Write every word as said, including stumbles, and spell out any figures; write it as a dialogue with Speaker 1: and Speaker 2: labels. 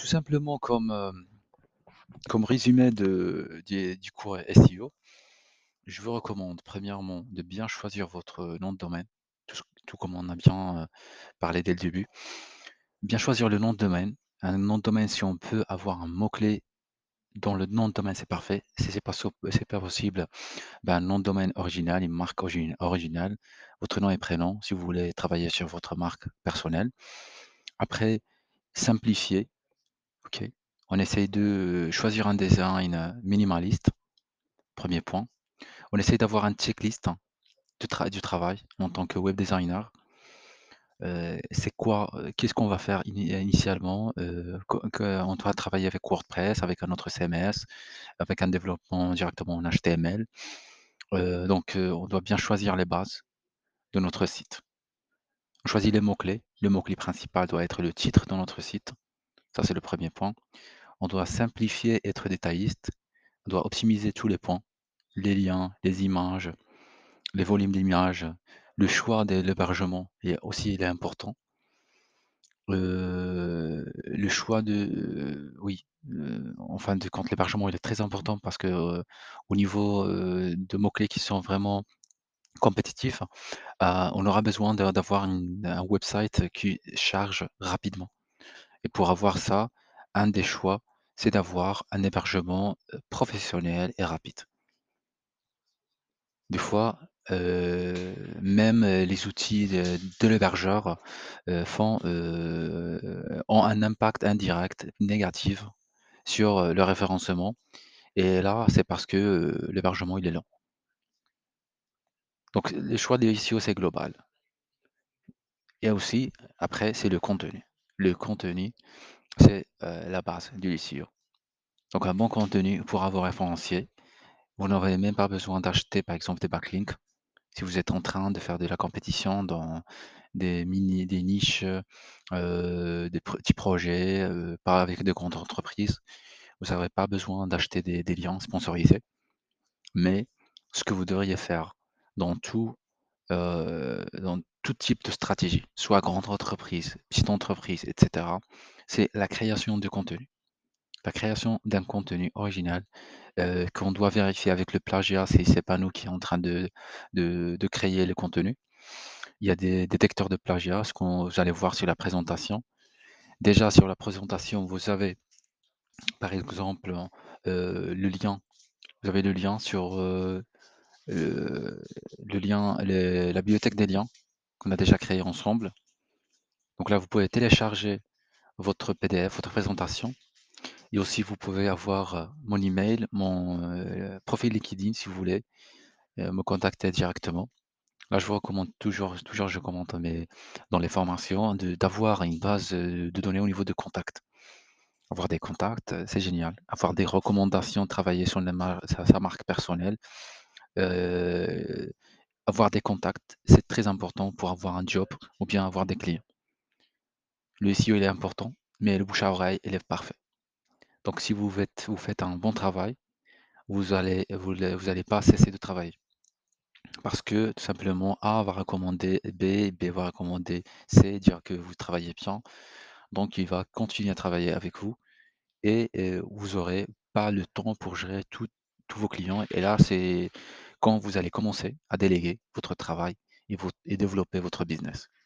Speaker 1: simplement comme, hem, comme résumé de du du cours S E O, je vous recommande premièrement de bien choisir votre nom de domaine, tout ce tout comme on a bien, heu, parlé dès le début. Bien choisir le nom de domaine. Un nom de domaine, si on peut avoir un mot-clé dans le nom de domaine, c'est parfait. Si c'est pas so c'est pas possible, ben, un nom de domaine original, une marque origine originale, votre nom et prénom, si vous voulez travailler sur votre marque personnelle. Après, simplifier, OK? On essaye de choisir un design, heu, minimaliste, premier point. On essaye d'avoir un checklist hein, de tra du travail en tant que web designer. Heu, c'est quoi, heu, qu'est-ce qu'on va faire ini initialement? Heu, co que on doit travailler avec WordPress, avec un autre C M S, avec un développement directement en H T M L. Heu, donc heu, on doit bien choisir les bases de notre site. On choisit les mots-clés. Le mot-clé principal doit être le titre de notre site. Ça, c'est le premier point. On doit simplifier, être détailliste. On doit optimiser tous les points, les liens, les images, les volumes d'images, le choix de l'hébergement est aussi il est important. Heu, le choix de euh, oui, heu, en fin de compte, l'hébergement, il est très important parce que, heu, au niveau, heu, de mots-clés qui sont vraiment compétitifs, heu, on aura besoin de d'avoir une un website qui charge rapidement et pour avoir ça, un des choix, c'est d'avoir un hébergement, heu, professionnel et rapide. Des fois, heu, même, heu, les outils de de l'hébergeur, heu, font, heu, ont un impact indirect négatif sur, heu, le référencement et là, c'est parce que, heu, l'hébergement, il est lent. Donc le choix des S E O, c'est global et aussi, après, c'est le contenu. Le contenu, c'est, heu, la base du S E O. Donc un bon contenu pourra vous référencier. Vous n'aurez même pas besoin d'acheter, par exemple, des backlinks. Si vous êtes en train de faire de la compétition dans des mini des niches, heu, des petits projets, heu, pas avec de grandes entreprises, vous n'aurez pas besoin d'acheter des des liens sponsorisés. Mais ce que vous devriez faire dans tout, heu, dans tout type de stratégie, soit grande entreprise, petite entreprise et cetera, c'est la création de contenu. La création d'un contenu original, heu, qu'on doit vérifier avec le plagiat si c'est pas nous qui est en train de de de créer le contenu. Il y a des détecteurs de plagiat, ce qu'on vous allez voir sur la présentation. Déjà sur la présentation, vous avez par exemple, heu, le lien. Vous avez le lien sur, heu, heu, le lien le la bibliothèque des liens qu'on a déjà créé ensemble. Donc là, vous pouvez télécharger votre P D F, votre présentation et aussi vous pouvez avoir, heu, mon email, mon, heu, profil LinkedIn si vous voulez, heu, me contacter directement. Là, je vous recommande toujours toujours je commente dans mes dans les formations de d'avoir une base, heu, de données au niveau de contacts. Avoir des contacts, heu, c'est génial. Avoir des recommandations, travailler sur la mar sa sa marque personnelle, heu, avoir des contacts, c'est très important pour avoir un job ou bien avoir des clients. Le S E O, il est important, mais le bouche à oreille, il est parfait. Donc si vous faites vous faites un bon travail, vous allez vous le vous allez pas cesser de travailler. Parce que tout simplement A va recommander B, B va recommander C, dire que vous travaillez bien. Donc il va continuer à travailler avec vous et heu, vous aurez pas le temps pour gérer tout tous vos clients et là, c'est quand vous allez commencer à déléguer votre travail et vous et développer votre business.